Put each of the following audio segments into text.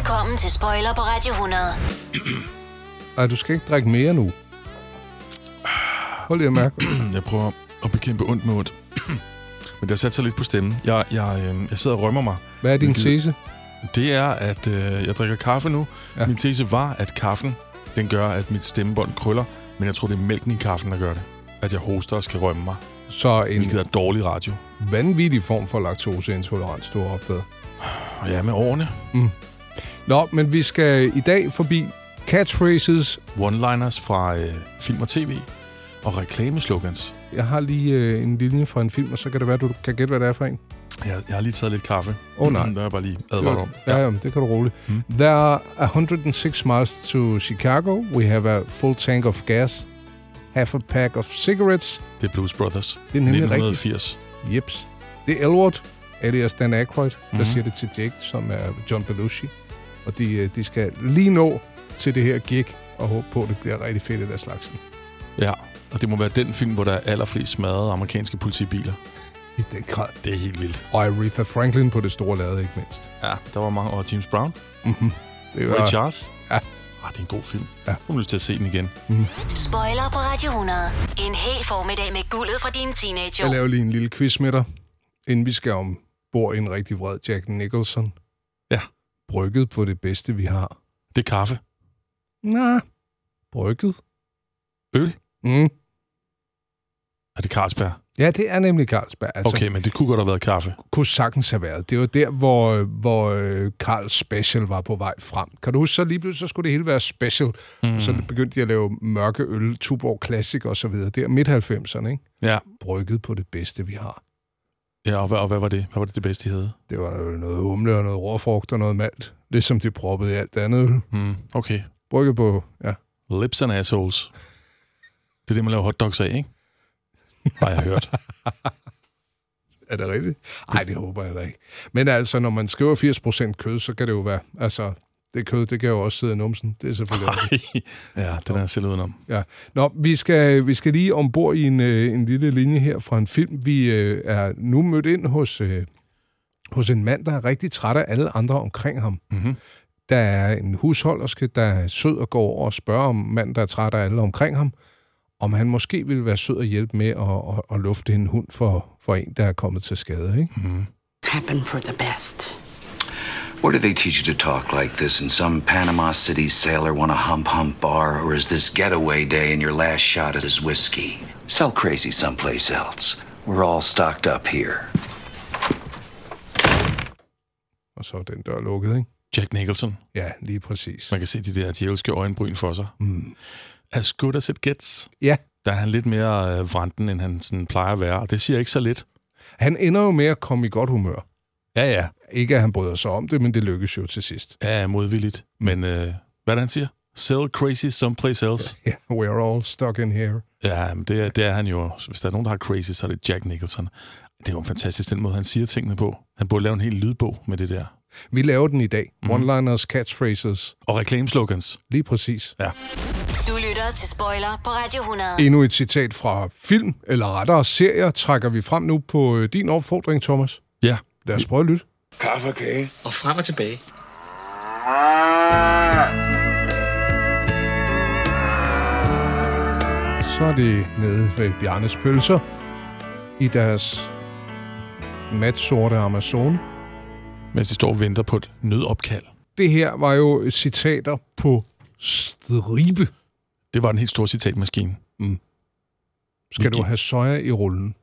Velkommen til Spoiler på Radio 100. Ej, du skal ikke drikke mere nu. Hold lige at mærke. Jeg prøver at bekæmpe ondt med ondt. Men det har sat sig lidt på stemmen. Jeg sidder og rømmer mig. Hvad er din tese? Det er, at jeg drikker kaffe nu. Ja. Min tese var, at kaffen, den gør, at mit stemmebånd krøller. Men jeg tror, det er mælken i kaffen, der gør det. At jeg hoster og skal rømme mig. Så en hvilket er dårlig radio. Vanvittig form for laktoseintolerans, du har opdaget. Ja, med årene. Nå, men vi skal i dag forbi catchphrases. One-liners fra film og tv. Og reklameslogans. Jeg har lige en linje fra en film, og så kan det være, at du kan gætte, hvad det er for en. Jeg har lige taget lidt kaffe. Nej. Der er jeg bare lige advaret om. Ja, det kan du roligt. There are 106 miles to Chicago. We have a full tank of gas. Half a pack of cigarettes. Det er Blues Brothers. Det er nemlig 1980. Rigtigt. Jeps. Det er Elwood, alias Dan Aykroyd, der siger det til Jake, som er John Belushi. Og de skal lige nå til det her gig, og håbe på, at det bliver rigtig fedt i der slagsen. Ja, og det må være den film, hvor der er allerflest smadrede amerikanske politibiler. I den grad. Det er helt vildt. Og Aretha Franklin på det store lade, ikke mindst. Ja, der var mange. Og James Brown. Det var... Ray Charles. Ja. Det er en god film. Ja. Får man lyst til at se den igen. Spoiler på Radio 100. En hel formiddag med guldet fra dine teenager. Jeg laver lige en lille quiz med dig, inden vi skal ombord i en rigtig vred Jack Nicholson. Ja. Brygget på det bedste, vi har. Det er kaffe. Nej. Brygget. Øl? Er det Carlsberg? Ja, det er nemlig Carlsberg. Altså, okay, men det kunne godt have været kaffe. Kunne sagtens have været. Det var der, hvor Carls Special var på vej frem. Kan du huske, så lige pludselig så skulle det hele være special. Så begyndte de at lave mørke øl, Tuborg Classic og så videre. Det er midt-90'erne, ikke? Ja. Brygget på det bedste, vi har. Ja, og hvad var det? Hvad var det bedste, de havde? Det var noget humle og noget råfrugt og noget malt. Det som de proppede i alt andet øl. Okay. Brygget på, ja. Lips and assholes. Det er det, man laver hotdogs af, ikke? Har jeg hørt. Er det rigtigt? Nej, det håber jeg da ikke. Men altså, når man skriver 80% kød, så kan det jo være... Altså, det kød, det kan jo også sidde i numsen. Det er selvfølgelig... Ja, den er selv udenom. Ja. Nå, vi skal lige ombord i en lille linje her fra en film. Vi er nu mødt ind hos en mand, der er rigtig træt af alle andre omkring ham. Der er en husholderske, der er sød og går over og spørger om manden, der er træt af alle omkring ham, om han måske ville være sød at hjælpe med at lufte en hund for en, der er kommet til skade, ikke? Happen for the best. Where do they teach you to talk like this? In some Panama City sailor want a hump bar? Or is this getaway day and your last shot at his whiskey? Sell crazy someplace else. We're all stocked up here. Og så er den dør lukket, ikke? Jack Nicholson. Ja, lige præcis. Man kan se de der djævelske øjenbryn for sig. As good as it gets. Ja. Der er han lidt mere vranden, end han sådan plejer at være, og det siger ikke så lidt. Han ender jo med at komme i godt humør. Ja. Ikke at han bryder sig om det, men det lykkes jo til sidst. Ja, modvilligt. Men hvad er det, han siger? Sell crazy someplace else. Yeah, we're all stuck in here. Ja, men det er han jo. Hvis der er nogen, der har crazy, så er det Jack Nicholson. Det er jo fantastisk, den måde, han siger tingene på. Han burde lave en hel lydbog med det der. Vi laver den i dag. One-liners, catchphrases. Og reklameslogans. Lige præcis. Ja. Du lytter til Spoiler på Radio 100. Endnu et citat fra film, eller rettere serier, trækker vi frem nu på din opfordring, Thomas. Ja. Lad os prøve at lytte. Kaffe og kage. Og frem og tilbage. Så er det nede ved Bjarnes Pølser i deres natsorte Amazon. Mens de står og venter på et nødopkald. Det her var jo citater på stribe. Det var den helt store citatmaskine. Skal du have soja i rullen?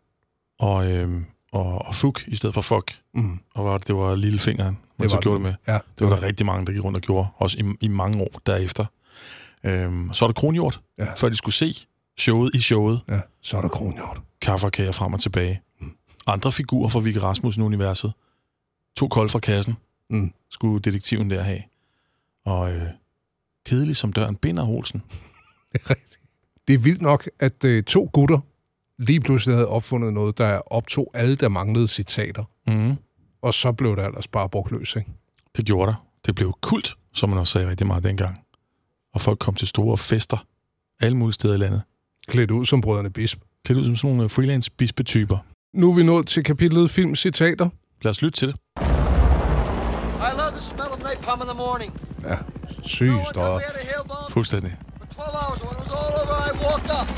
Og fuck i stedet for fuck. Og det var lillefingeren, man så gjorde det med. Ja, det var der rigtig mange, der gik rundt og gjorde. Også i mange år derefter. Så er der kronhjort, før de skulle se showet i showet. Ja, så er der kronhjort. Kaffe og kager frem og tilbage. Andre figurer fra Viggo Rasmussen-universet. 2 kold fra kassen. Skulle detektiven der have. Og kedelig som døren binder Olsen. Det er rigtigt. Det er vildt nok, at 2 gutter lige pludselig havde opfundet noget, der optog alle, der manglede citater. Og så blev der ellers bare brugt løs, ikke? Det gjorde der. Det blev kult, som man også sagde rigtig meget dengang. Og folk kom til store fester. Alle mulige steder i landet. Klædt ud som brødrene Bisp. Klædt ud som sådan nogle freelance bispetyper. Nu er vi nået til kapitlet filmcitater. Lad os lytte til det. I love the smell of napalm in the morning. Ja, syg historie. Fuldstændig. 12 hours when it was all over, I walked up.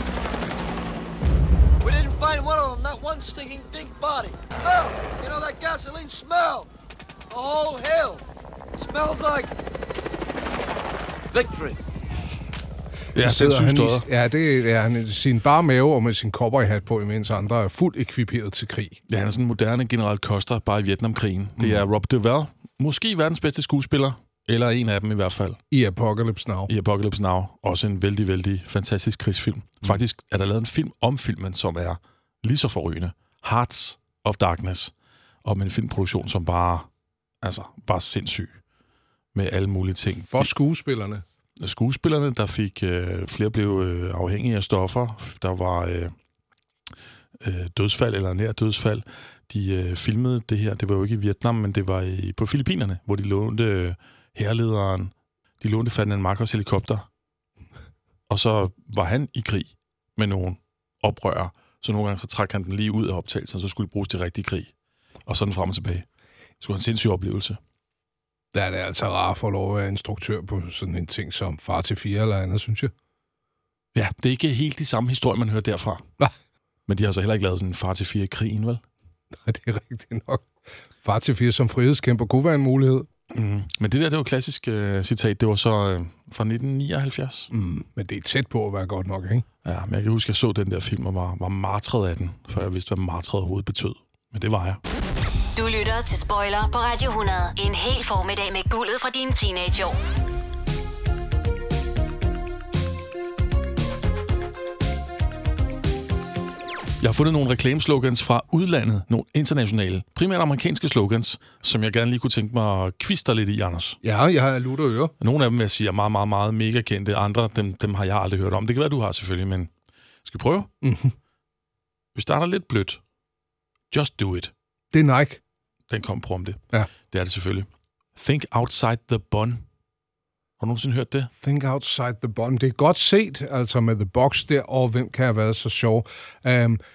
We didn't find one of them, not one stinking dink body. Smell, you know that gasoline smell. The whole hill smelled like victory. Ja, det er sygt. Ja, det er han i sin bare mave og med sin cowboyhat på, imens andre er fuldt ekviperet til krig. Ja, han er sådan en moderne General Custer, bare i Vietnamkrigen. Det er Rob Duvall. Måske verdens bedste skuespiller. Eller en af dem i hvert fald. I Apocalypse Now. I Apocalypse Now. Også en vældig, vældig fantastisk krigsfilm. Faktisk er der lavet en film om filmen, som er lige så forrygende. Hearts of Darkness. Om en filmproduktion, som bare sindssyg. Med alle mulige ting. For skuespillerne. Skuespillerne, der fik... flere blev afhængige af stoffer. Der var dødsfald eller nær dødsfald. De filmede det her. Det var jo ikke i Vietnam, men det var på Filippinerne, hvor de lånte hærlederen. De lånte Ferdinand Marcos helikopter. Og så var han i krig med nogle oprørere. Så nogle gange så trak han den lige ud af optagelsen, og så skulle de bruges til rigtig krig. Og sådan frem og tilbage. Det skulle en sindssyg oplevelse. Der er det altså rart for lov at være instruktør på sådan en ting som Far til 4 eller andet, synes jeg. Ja, det er ikke helt de samme historie, man hører derfra. Nej. Men de har så heller ikke lavet sådan en Far til 4 i krigen, vel? Nej, det er rigtigt nok. Far til 4 som frihedskæmper kunne være en mulighed. Men det var et klassisk citat. Det var så fra 1979. Men det er tæt på at være godt nok, ikke? Ja, men jeg kan huske, at jeg så den der film og var martret af den, før jeg vidste, hvad martret overhovedet betød. Men det var jeg. Du lytter til Spoiler på Radio 100. En hel formiddag med guldet fra dine teenageår. Jeg har fundet nogle reklameslogans fra udlandet, nogle internationale, primært amerikanske slogans, som jeg gerne lige kunne tænke mig at kviste lidt i, Anders. Ja, jeg har lutter ører. Nogle af dem, jeg siger, er meget, meget, meget mega kendte. Andre, dem har jeg aldrig hørt om. Det kan være, du har selvfølgelig, men skal vi prøve? Mm-hmm. Vi starter lidt blødt. Just do it. Det er Nike. Den kom på om det. Ja. Det er det selvfølgelig. Think outside the bun. Har du nogensinde hørt det? Think outside the bun. Det er godt set, altså med The Box der, og hvem kan have været så sjov. Vi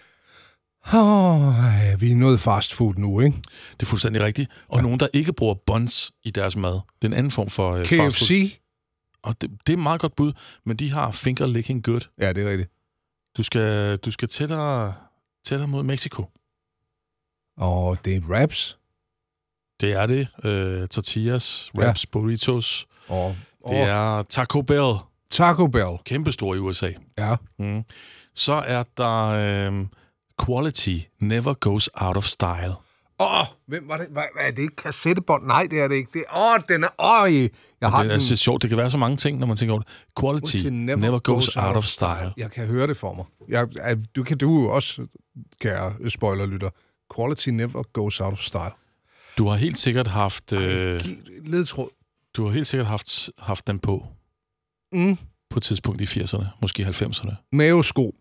er noget fast food nu, ikke? Det er fuldstændig rigtigt. Og nogen, der ikke bruger buns i deres mad. Det er en anden form for KFC. fast food. Og det er et meget godt bud, men de har finger licking good. Ja, det er rigtigt. Du skal tættere mod Mexico. Og det er wraps. Det er det. Tortillas, wraps, burritos. Det er Taco Bell. Taco Bell. Kæmpestor i USA. Ja. Så er der Quality Never Goes Out of Style. Hvem var det? Er det ikke kassettebånd? Nej, det er det ikke. Det den er... Jeg har det er så sjovt. Det kan være så mange ting, når man tænker over det. Quality never goes out of style. Jeg kan høre det for mig. Du jo også, kære spoilerlytter. Quality never goes out of style. Du har helt sikkert haft... ledtråd. Du har helt sikkert haft den på. På et tidspunkt i 80'erne, måske 90'erne. Mavesko.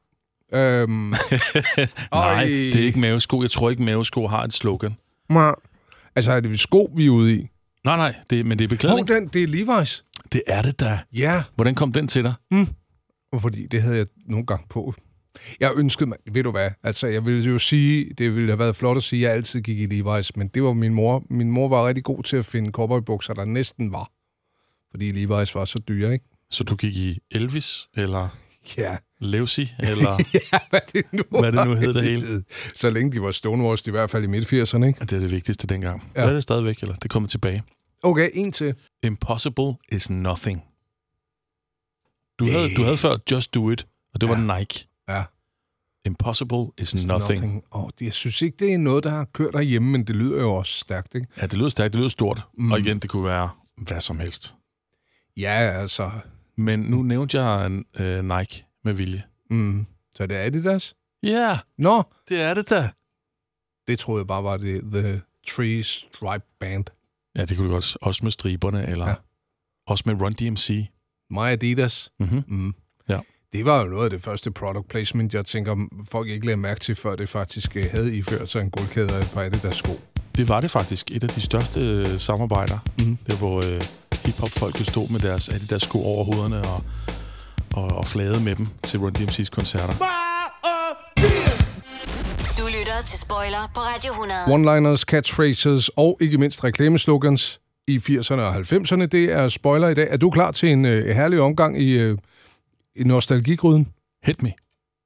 Nej, det er ikke mavesko. Jeg tror ikke, mavesko har et slogan. Altså, er det sko, vi er ude i? Nej, men det er beklædning. Det er Levi's. Det er det da. Ja. Hvordan kom den til dig? Fordi det havde jeg nogle gange på. Jeg ønskede mig, ved du hvad, altså jeg ville jo sige, det ville have været flot at sige, at jeg altid gik i Levi's, men det var min mor. Min mor var rigtig god til at finde cowboybukser, der næsten var. Fordi Levi's var så dyre, ikke? Så du gik i Elvis, eller... Ja. Levsi, eller... ja, hvad det nu hed det hele. Så længe de var stonewashed, i hvert fald i midt-80'erne, ikke? Det er det vigtigste dengang. Ja. Det er det stadigvæk, eller det kommer tilbage. Okay, en til. Impossible is nothing. Du havde før Just Do It, og det var Nike. Ja. Impossible is nothing. Jeg synes ikke, det er noget, der har kørt derhjemme, men det lyder jo også stærkt, ikke? Ja, det lyder stærkt, det lyder stort. Og igen, det kunne være hvad som helst. Ja, altså... Men nu nævnte jeg Nike med vilje. Så det er Adidas? Ja, Nå. Det er det da. Det troede jeg bare var det The Three Stripe Band. Ja, det kunne du godt. Også med striberne, eller også med Run DMC. My Adidas. Ja. Det var jo noget af det første product placement, jeg tænker, folk ikke lagde mærke til, før det faktisk havde iført sig en guldkæde af et par Adidas sko. Det var det faktisk. Et af de største samarbejder. Det hvor hip-hop-folk stod med deres Adidas sko over hovederne og flagede med dem til Run DMC's koncerter. Du lytter til Spoiler på Radio 100. One-liners, catchphrases og ikke mindst reklameslogans. i 80'erne og 90'erne. Det er spoiler i dag. Er du klar til en herlig omgang i nostalgigryden? Hit me.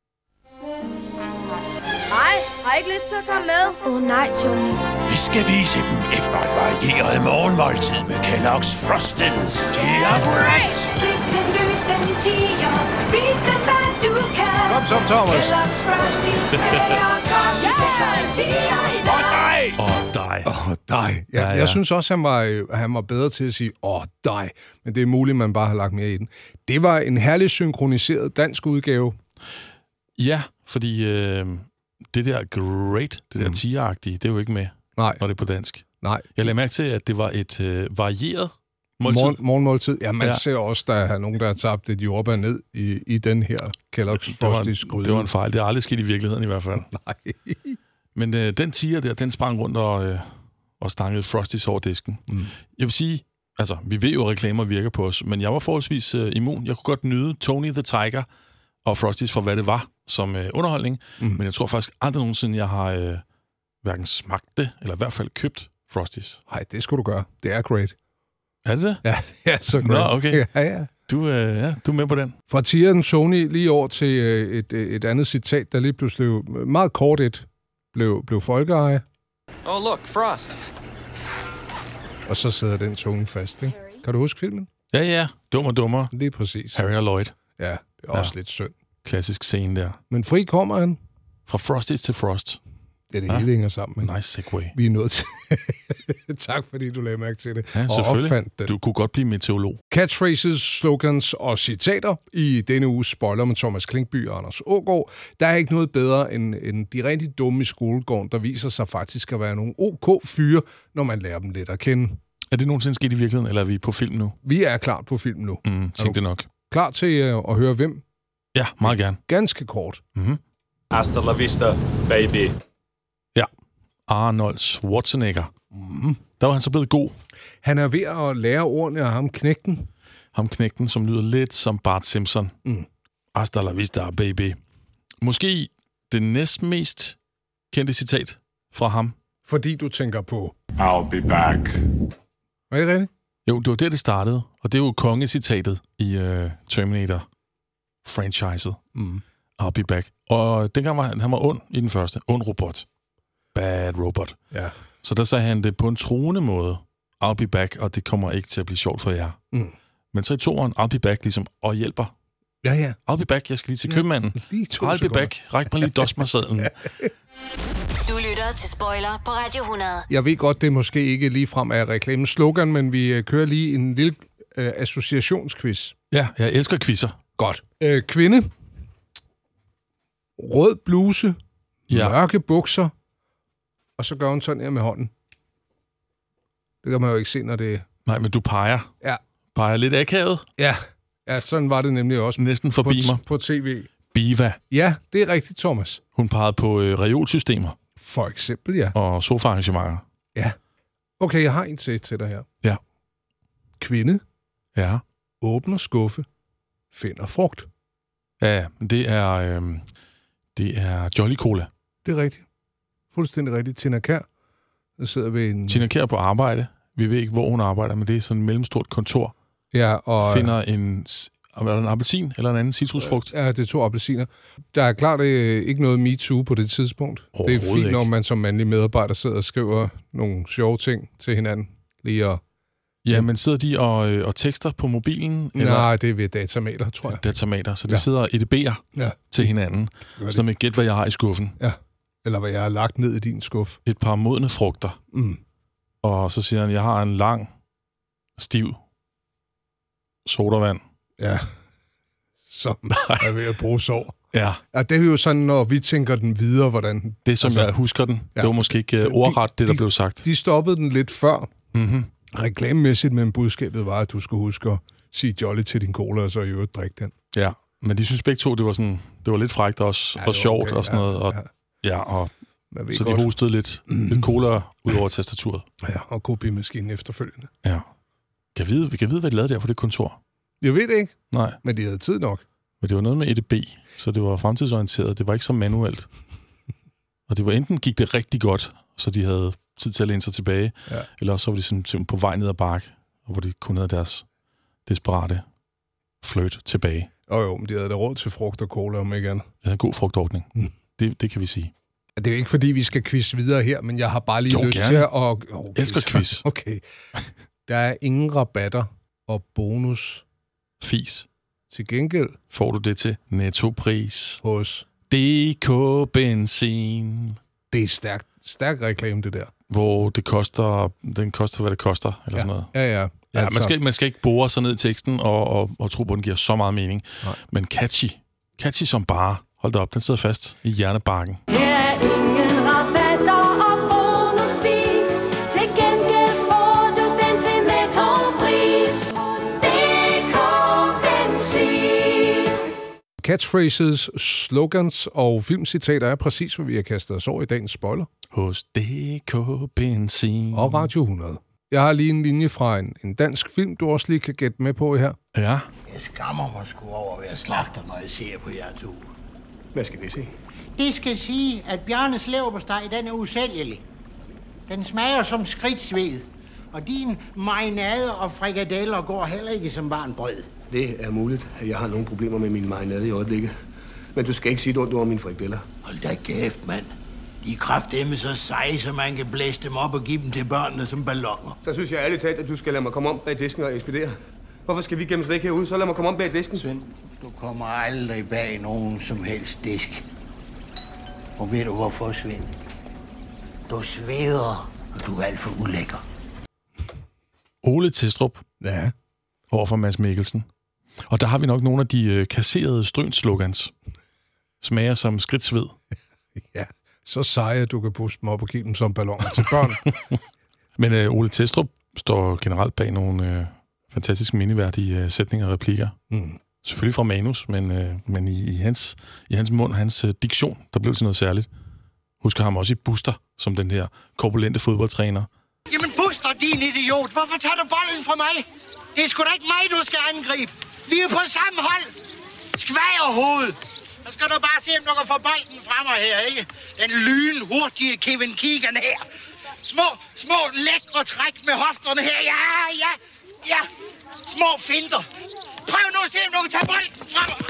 Hej, har I ikke lyst til at komme med? Nej, Tony. Vi skal vise dem efter et varieret morgenmåltid med Kellogg's Frosted. Det er great! Slip den løs, den tiger. Vis dem, hvad du kan. Kom så, Thomas. Kellogg's Frosted smager godt. Yeah! Tiger i dag. Og dig. Ja. Jeg synes også, han var bedre til at sige, dig. Men det er muligt, man bare har lagt mere i den. Det var en herlig synkroniseret dansk udgave. Ja, fordi det der great, det der tigeragtige, det er jo ikke med, når det er på dansk. Nej. Jeg lagde mærke til, at det var et varieret måltid. Morgenmåltid. Ja, man ser også, der er nogen, der har tabt et jordbær ned i den her Kellogg's Frosties gryde. Det var en fejl. Det er aldrig sket i virkeligheden i hvert fald. Nej. Men den tiger der, den sprang rundt og stangede Frosties over disken. Jeg vil sige, altså, vi ved jo, at reklamer virker på os, men jeg var forholdsvis immun. Jeg kunne godt nyde Tony the Tiger og Frosties for, hvad det var som underholdning, men jeg tror faktisk aldrig nogensinde, jeg har hverken smagt det, eller i hvert fald købt Frosties. Nej, det skulle du gøre. Det er great. Er det det? Ja, det er så great. Nå, okay. Ja. Du er med på den. Fra tieren Sony lige over til et andet citat, der lige pludselig meget kort blev folkeeje. Oh, look, Frost. Og så sidder den tunge fast, ikke? Kan du huske filmen? Ja. Dum og dummer. Lige præcis. Harry og Lloyd. Ja, det er også lidt synd. Klassisk scene der. Men fri kommer han. Fra Frosties til Frost. Det hele hænger sammen. Ikke? Nice segway. Vi er nået til. Tak, fordi du lagde mærke til det. Ja, og opfandt det. Du kunne godt blive meteorolog. Catchphrases, slogans og citater i denne uges spoiler med Thomas Klinkby og Anders Aagaard. Der er ikke noget bedre end de rigtig dumme i skolegården, der viser sig faktisk at være nogle OK fyre, når man lærer dem lidt at kende. Er det nogensinde sket i virkeligheden, eller er vi på film nu? Vi er klar på film nu. Tænk det nok. Klar til at høre hvem? Ja, meget gerne. Ganske kort. Hasta la vista, baby. Ja, Arnold Schwarzenegger. Der var han så blevet god. Han er ved at lære ordene af ham knægten. Ham knægten, som lyder lidt som Bart Simpson. Hasta la vista, baby. Måske det næstmest kendte citat fra ham. Fordi du tænker på... I'll be back. Er det rigtigt? Jo, det var der, det startede. Og det er jo kongecitatet i Terminator-franchiset. I'll be back. Og dengang var han var ond i den første. Ond robot. Bad robot. Ja. Så der sagde han det på en truende måde. I'll be back, og det kommer ikke til at blive sjovt for jer. Men så i toeren, I'll be back ligesom, og hjælper. Ja. I'll be back, jeg skal lige til købmanden. I'll be back, ræk mig lige dosmersadlen. Du lytter til Spoiler på Radio 100. Jeg ved godt, det måske ikke ligefrem er reklamens slogan, men vi kører lige en lille associationsquiz. Ja, jeg elsker quizzer. Godt. Kvinde. Rød bluse. Ja. Mørke bukser. Og så gør hun sådan her med hånden. Det kan man jo ikke se, når det... Nej, men du peger. Ja. Peger lidt akavet. Ja, sådan var det nemlig også. Næsten forbi mig. På tv. Biva. Ja, det er rigtigt, Thomas. Hun pegede på reolsystemer. For eksempel, ja. Og sofaarrangementer. Ja. Okay, jeg har en til dig her. Ja. Kvinde. Ja. Åbner skuffe. Finder frugt. Ja, det er Jolly Cola. Det er rigtigt. Fuldstændig rigtigt. Tina Kjær. Der sidder ved en... Tina Kjær på arbejde. Vi ved ikke, hvor hun arbejder, men det er sådan et mellemstort kontor. Ja, og... Finder en appelsin eller en anden citrusfrugt. Ja, det er 2 appelsiner. Der er klart ikke noget MeToo på det tidspunkt. Det er fint, når man som mandlig medarbejder sidder og skriver nogle sjove ting til hinanden. Lige at... Ja, men sidder de og tekster på mobilen? Eller? Nej, det er ved datamater, tror jeg. Datamater, så de sidder og edberer til hinanden. Så med gæt, hvad jeg har i skuffen. Ja, eller hvad jeg har lagt ned i din skuff. Et par modne frugter. Og så siger han, jeg har en lang, stiv sodavand. Ja, som er ved at bruge sår. Ja. Ja, det er jo sådan, når vi tænker den videre, hvordan... Det, som jeg husker den, det var måske ikke ordret, det der blev sagt. De stoppede den lidt før. Reklamemæssigt, men budskabet var, at du skulle huske at sige jolly til din cola, og så i øvrigt drikke den. Ja, men de synes begge to, det var lidt frækt også, og sjovt okay, og sådan noget. Og, og så de hostede lidt cola ud over tastaturet. Ja, og kopimaskinen efterfølgende. Ja. Kan jeg vide, hvad de lavede der på det kontor? Jeg ved det ikke. Nej. Men de havde tid nok. Men det var noget med EDB, så det var fremtidsorienteret. Det var ikke så manuelt. Og det var enten gik det rigtig godt, så de havde tid til at læne sig tilbage. Ja. Eller også så var de simpelthen på vej ned ad bakke, og hvor de kun havde deres desperate flirt tilbage. Jo, men de havde da råd til frugt og cola, om ikke andet. Det er en god frugtordning. Det kan vi sige. Det er jo ikke, fordi vi skal quiz videre her, men jeg har bare lige lyst gerne. til at... Okay, elsker quiz. Okay. Der er ingen rabatter og bonus. Fis. Til gengæld... Får du det til nettopris. Hos... DK Benzin. Det er stærk reklame, det der. Hvor den koster, hvad det koster, eller sådan noget. Ja. Ja, altså... man skal ikke bore sig ned i teksten og tro på, at den giver så meget mening. Nej. Men catchy som bare. Hold da op, den sidder fast i hjernebarken. Her er ingen rabatter og bonusvis. Til gengæld får du den til nettopris. DK Benzin. Catchphrases, slogans og filmcitater er præcis, hvad vi har kastet os over i dagens spoiler. Hos DK Benzin. Og Radio 100. Jeg har lige en linje fra en dansk film, du også lige kan gætte med på her. Ja. Jeg skammer mig sgu over at være slagter, når jeg ser på jer to. Hvad skal det sige? Det skal sige, at Bjarnes leverpostej, den er usælgelig. Den smager som skridtsved. Og din marinade og frikadeller går heller ikke som barnbrød. Det er muligt, at jeg har nogle problemer med min marinade i øjeblikket. Men du skal ikke sige ondt over mine frikadeller. Hold da kæft, mand. De er kraftedeme så seje, så man kan blæse dem op og give dem til børnene som balloner. Så synes jeg ærligt talt, at du skal lade mig komme om bag disken og ekspedere. Hvorfor skal vi gemmes væk herude? Så lad mig komme om bag disken. Svend, du kommer aldrig bag nogen som helst disk. Og ved du hvorfor, Svend? Du sveder, og du er alt for ulækker. Ole Testrup. Ja. Overfor Mads Mikkelsen. Og der har vi nok nogle af de kasserede strønslogans. Smager som skridtsved. Ja, så seje, at du kan puste dem op og give dem som balloner til børn. Men Ole Testrup står generelt bag nogle fantastisk mindeværdige sætninger og replikker. Selvfølgelig fra manus, men i hans mund, hans diktion, der blev til noget særligt. Husker ham også i Buster, som den her korpulente fodboldtræner. Jamen Buster, din idiot. Hvorfor tager du bolden fra mig? Det er sgu da ikke mig, du skal angribe. Vi er på samme hold. Skvagerhoved. Så skal du bare se, om du kan få bolden fra mig her, ikke? Den lynhurtige Kevin Keegan her. Små lækre træk med hofterne her. Ja. Små finter. Prøv nu at se, om du kan tage bolden fra mig.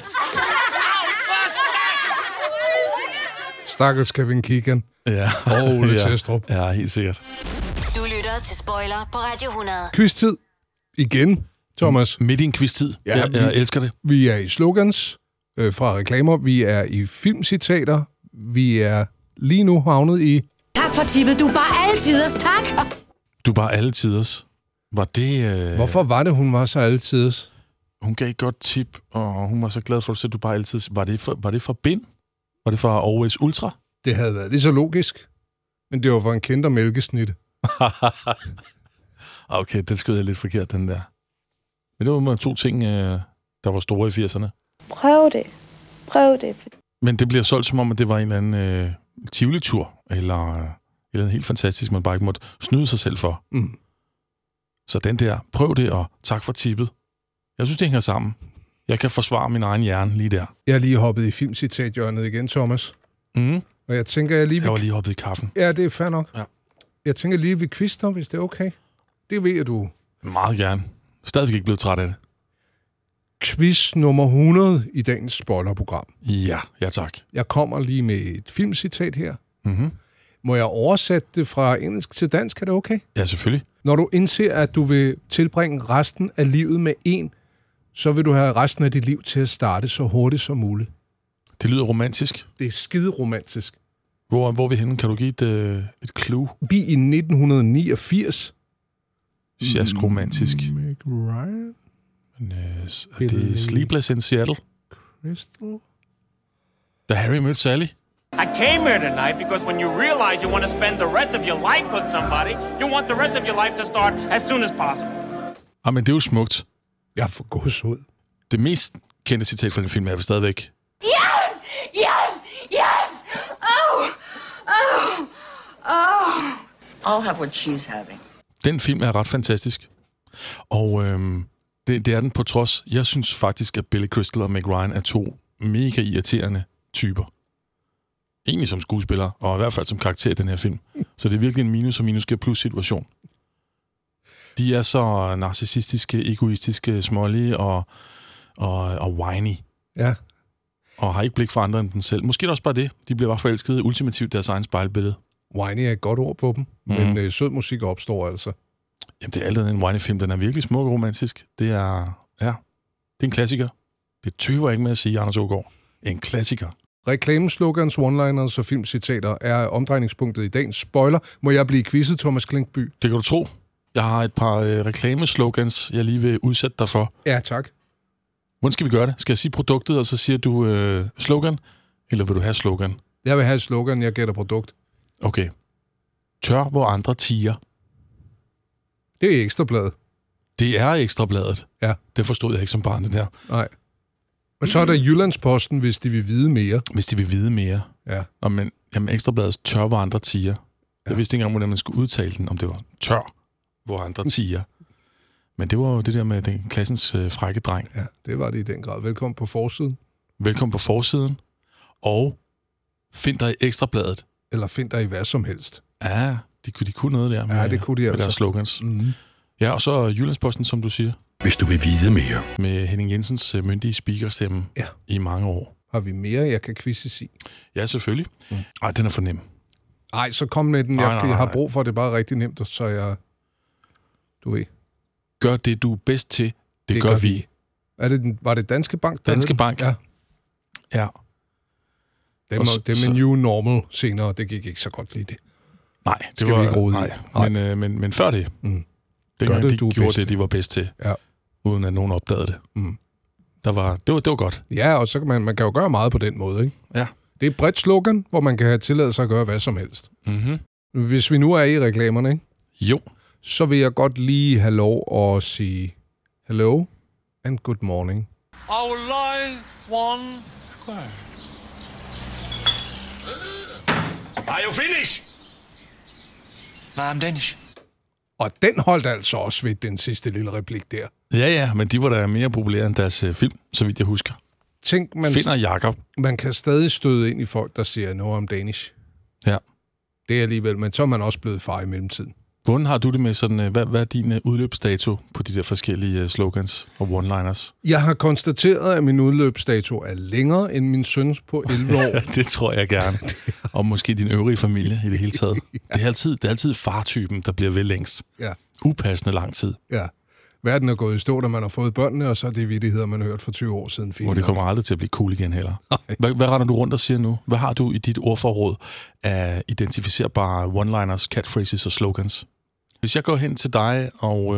Stakkels Kevin Keegan. Ja. Og Ole Testrup. Ja, helt sikkert. Du lytter til Spoiler på Radio 100. Quiz-tid. Igen, Thomas. Midt i en quiz-tid. Ja, jeg elsker det. Vi er i slogans fra reklamer. Vi er i filmcitater. Vi er lige nu havnet i... Tak for tippet. Du er bare altiders. Tak. Du er bare altiders. Var det... Hvorfor var det, hun var så altiders? Hun gav et godt tip, og hun var så glad for, at du bare altiders. Var det fra Bind? Var det fra Always Ultra? Det havde været lige så logisk. Men det var for en Kinder mælkesnitte. Okay, den skød jeg lidt forkert, den der. Men det var to ting, der var store i 80'erne. Prøv det. Men det bliver solgt som om, at det var en eller anden Tivoli-tur, eller en helt fantastisk, man bare ikke måtte snyde sig selv for. Så den der, prøv det, og tak for tippet. Jeg synes, det hænger sammen. Jeg kan forsvare min egen hjerne lige der. Jeg er lige hoppet i filmcitathjørnet igen, Thomas. Og jeg tænker, jeg var lige hoppet i kaffen. Ja, det er fair nok. Ja. Jeg tænker lige, vi quizter, hvis det er okay. Det ved du. Meget gerne. Stadigvæk ikke blevet træt af det. Quiz nummer 100 i dagens spoilerprogram. Ja tak. Jeg kommer lige med et filmcitat her. Må jeg oversætte det fra engelsk til dansk? Er det okay? Ja, selvfølgelig. Når du indser, at du vil tilbringe resten af livet med en, så vil du have resten af dit liv til at starte så hurtigt som muligt. Det lyder romantisk. Det er skide romantisk. Hvor er vi henne? Kan du give et clue? Vi i 1989. Sjask romantisk. Meg Ryan. Men, er det Sleepless in Seattle? Crystal? Da Harry mødte Sally? I came here tonight because when you realize you want to spend the rest of your life with somebody, you want the rest of your life to start as soon as possible. Men det er jo smukt. Jeg får gåsehud. Det mest kendte citat fra den film er vel stadigvæk. Yes! Oh! I'll have what she's having. Den film er ret fantastisk. Og det er den på trods. Jeg synes faktisk, at Billy Crystal og Meg Ryan er to mega irriterende typer. Egentlig som skuespiller, og i hvert fald som karakter i den her film. Så det er virkelig en minus og minus giver plus situation. De er så narcissistiske, egoistiske, smålige og whiny. Ja. Og har ikke blik for andre end dem selv. Måske er det også bare det. De bliver bare forelskede ultimativt deres egen spejlbillede. Whiny er et godt ord på dem, men sød musik opstår altså. Jamen, det er altid en whiny-film. Den er virkelig smuk og romantisk. Det er en klassiker. Det tøver ikke med at sige, Anders Aagaard. En klassiker. Reklameslogans, one-liners og filmcitater er omdrejningspunktet i dagens spoiler. Må jeg blive quizzet, Thomas Klinkby? Det kan du tro. Jeg har et par reklameslogans, jeg lige vil udsætte dig for. Ja, tak. Hvordan skal vi gøre det? Skal jeg sige produktet, og så siger du slogan? Eller vil du have slogan? Jeg vil have slogan, jeg gætter produkt. Okay. Tør, hvor andre tiger. Det er Ekstrabladet. Det er Ekstrabladet? Ja. Det forstod jeg ikke som barn, det der. Nej. Og så er der Jyllandsposten, hvis de vil vide mere. Hvis de vil vide mere? Ja. Men Ekstrabladets tør, hvor andre tiger. Jeg vidste ikke engang, hvordan man skulle udtale den, om det var tør, hvor andre tiger. Men det var jo det der med den klassens frække dreng. Ja, det var det i den grad. Velkommen på forsiden. Velkommen på forsiden. Og find dig i Ekstrabladet. Eller find dig i hvad som helst. Ja, de kunne noget der med, det kunne de altså. Med deres slogans. Mm-hmm. Ja, og så Jyllandsposten, som du siger. Hvis du vil vide mere. Med Henning Jensens myndige speakerstemme i mange år. Har vi mere, jeg kan quizzes i? Ja, selvfølgelig. Ej, den er for nem. Ej, så kom med den. Jeg har brug for det bare rigtig nemt, så jeg... Du ved. Gør det, du er bedst til. Det gør vi. Var det Danske Bank? Danske Bank. Ja. Ja. Det med New Normal senere, det gik ikke så godt lige det. Nej, det var ikke nej. Men før det, dengang de gjorde det, de var bedst til, uden at nogen opdagede det. Det var godt. Ja, og så kan man kan jo gøre meget på den måde, ikke? Ja. Det er et bredt slogan, hvor man kan have tilladelse at gøre hvad som helst. Mm-hmm. Hvis vi nu er i reklamerne, ikke? Jo. Så vil jeg godt lige have lov at sige hello and good morning. I will line one square. Are you finished? No, I'm Danish. Og den holdt altså også ved den sidste lille replik der. Ja, men de var da mere populære end deres film, så vidt jeg husker. Tænk, Finder Jakob. Man kan stadig støde ind i folk, der siger, no, I'm Danish. Ja. Det er alligevel, men så er man også blevet far i mellemtiden. Hvordan har du det med sådan, hvad er din udløbsdato på de der forskellige slogans og one-liners? Jeg har konstateret, at min udløbsdato er længere end min søns på 11 år. Det tror jeg gerne. Og måske din øvrige familie i det hele taget. Det er altid fartypen, der bliver ved længst. Ja. Upassende lang tid. Ja. Verden er gået i stå, da man har fået børnene, og så er det vittigheder, man har hørt for 20 år siden. Og det kommer aldrig til at blive cool igen heller. Hvad render du rundt og siger nu? Hvad har du i dit ordforråd af identificerbare one-liners, catphrases og slogans? Hvis jeg går hen til dig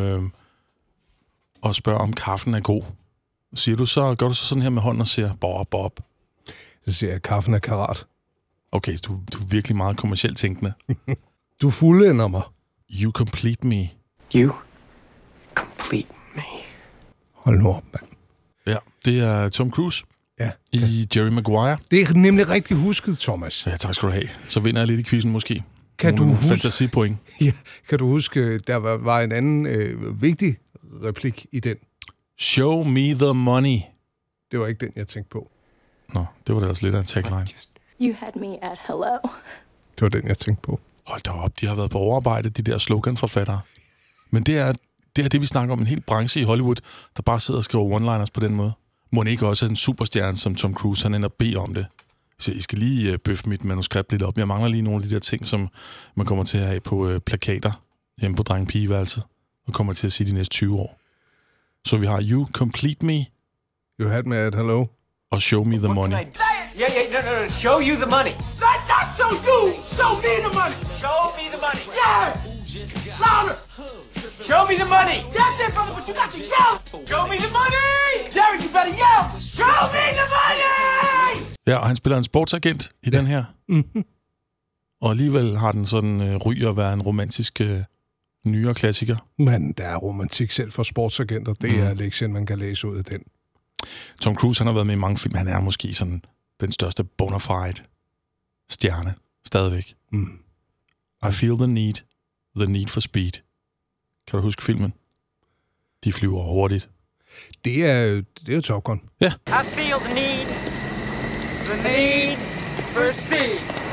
og spørger, om kaffen er god, gør du så sådan her med hånden og siger, bob? Så siger jeg, kaffen er karat. Okay, du er virkelig meget kommercielt tænkende. Du fuldender mig. You complete me. You complete me. Hold nu op, mand. Ja, det er Tom Cruise. Ja. I Jerry Maguire. Det er nemlig rigtig husket, Thomas. Ja, tak skal du have. Så vinder jeg lidt i quizzen måske. Kan du huske... Fantasipoint. Ja, kan du huske, der var en anden vigtig replik i den? Show me the money. Det var ikke den, jeg tænkte på. Nå, det var da også lidt af en tagline. You had me at hello. Det var den, jeg tænkte på. Hold da op, de har været på overarbejde, de der sloganforfattere. Men det er det, vi snakker om, en hel branche i Hollywood, der bare sidder og skriver one-liners på den måde. Må ikke også en superstjerne som Tom Cruise, han ender og bede om det. Så I skal lige bøffe mit manuskript lidt op. Jeg mangler lige nogle af de der ting, som man kommer til at have på plakater hjemme på drenge-pigeværelset, og kommer til at sige de næste 20 år. Så vi har You Complete Me. You had me at hello. Og Show Me the Money. No. Show you the money. Not show you. Show me the money. Show me the money. Yeah. Louder. Show me the money. That's it, brother, but you got to yell. Show me the money. Jerry, you better yell. Show me the money. Ja, og han spiller en sportsagent i den her. Mm-hmm. Og alligevel har den sådan ry at være en romantisk nyere klassiker. Men der er romantik selv for sportsagenter. Det er lektien, man kan læse ud af den. Tom Cruise, han har været med i mange film. Han er måske sådan den største bona fide stjerne. Stadigvæk. I feel the need for speed. Kan du huske filmen? De flyver hurtigt. Det er jo Top Gun. Ja. I feel the need for speed.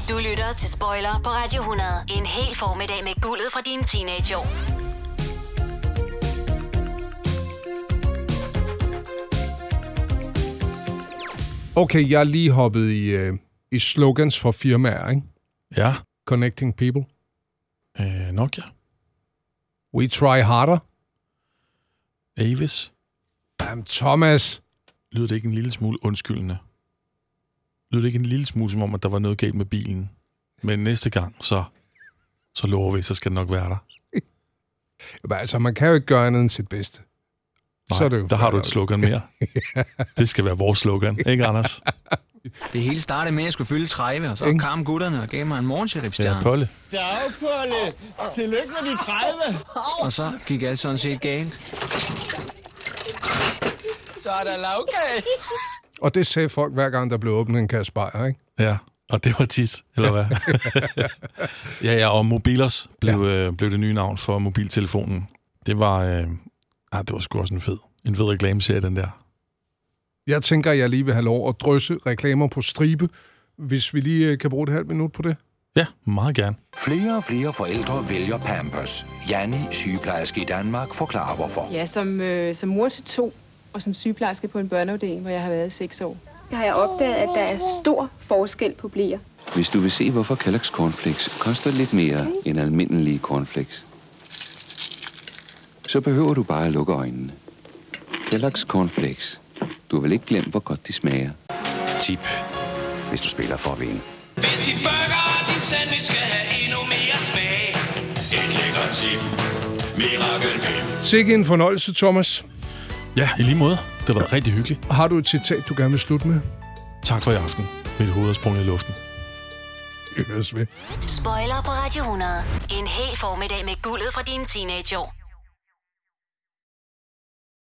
Du lytter til Spoiler på Radio 100. En hel formiddag med guldet fra dine teenageår. Okay, jeg er lige hoppet i slogans for firmaer, ikke? Ja. Connecting people. Nok ja. We try harder. Avis. Jamen, Thomas. Lyder det ikke en lille smule undskyldende? Lyder det ikke en lille smule som om, at der var noget galt med bilen? Men næste gang, så lover vi, så skal det nok være der. Jamen, altså, man kan jo ikke gøre andet end sit bedste. Nej, så er det jo der har du et slogan mere. Det skal være vores slogan, ikke Anders? Det hele startede med, at jeg skulle fylde 30, og så kom gutterne og gav mig en morgensheriffstjerne. Ja, Polle. Dag, Polle. Tillykke med de 30. Og så gik alt sådan set galt. Så er der lavkage. Og det sagde folk hver gang, der blev åbnet en kasse bajer, ikke? Ja, og det var tis, eller hvad? ja, og Mobilos blev det nye navn for mobiltelefonen. Det var, det var sgu også en fed reklameserie, den der. Jeg tænker, jeg lige vil have lov at drysse reklamer på stribe, hvis vi lige kan bruge et halvt minut på det. Ja, meget gerne. Flere og flere forældre vælger Pampers. Janni, sygeplejerske i Danmark, forklarer hvorfor. Ja, som mor til 2, og som sygeplejerske på en børneafdeling, hvor jeg har været i 6 år. Har jeg opdaget, at der er stor forskel på bleer. Hvis du vil se, hvorfor Kellogg's Cornflakes koster lidt mere end almindelige cornflakes, så behøver du bare at lukke øjnene. Kellogg's Cornflakes. Du har vel ikke glemt, hvor godt de smager. Tip, hvis du spiller for at vinde. Hvis din burger og din sandwich skal have endnu mere smag. Et lækkert tip. Mirakelpip. Sikke en fornøjelse, Thomas. Ja, i lige måde. Det var rigtig hyggeligt. Har du et citat, du gerne vil slutte med? Tak for i aften. Mit hoved er sprunget i luften. Spoiler på Radio 100. En hel formiddag med guldet fra dine teenageår.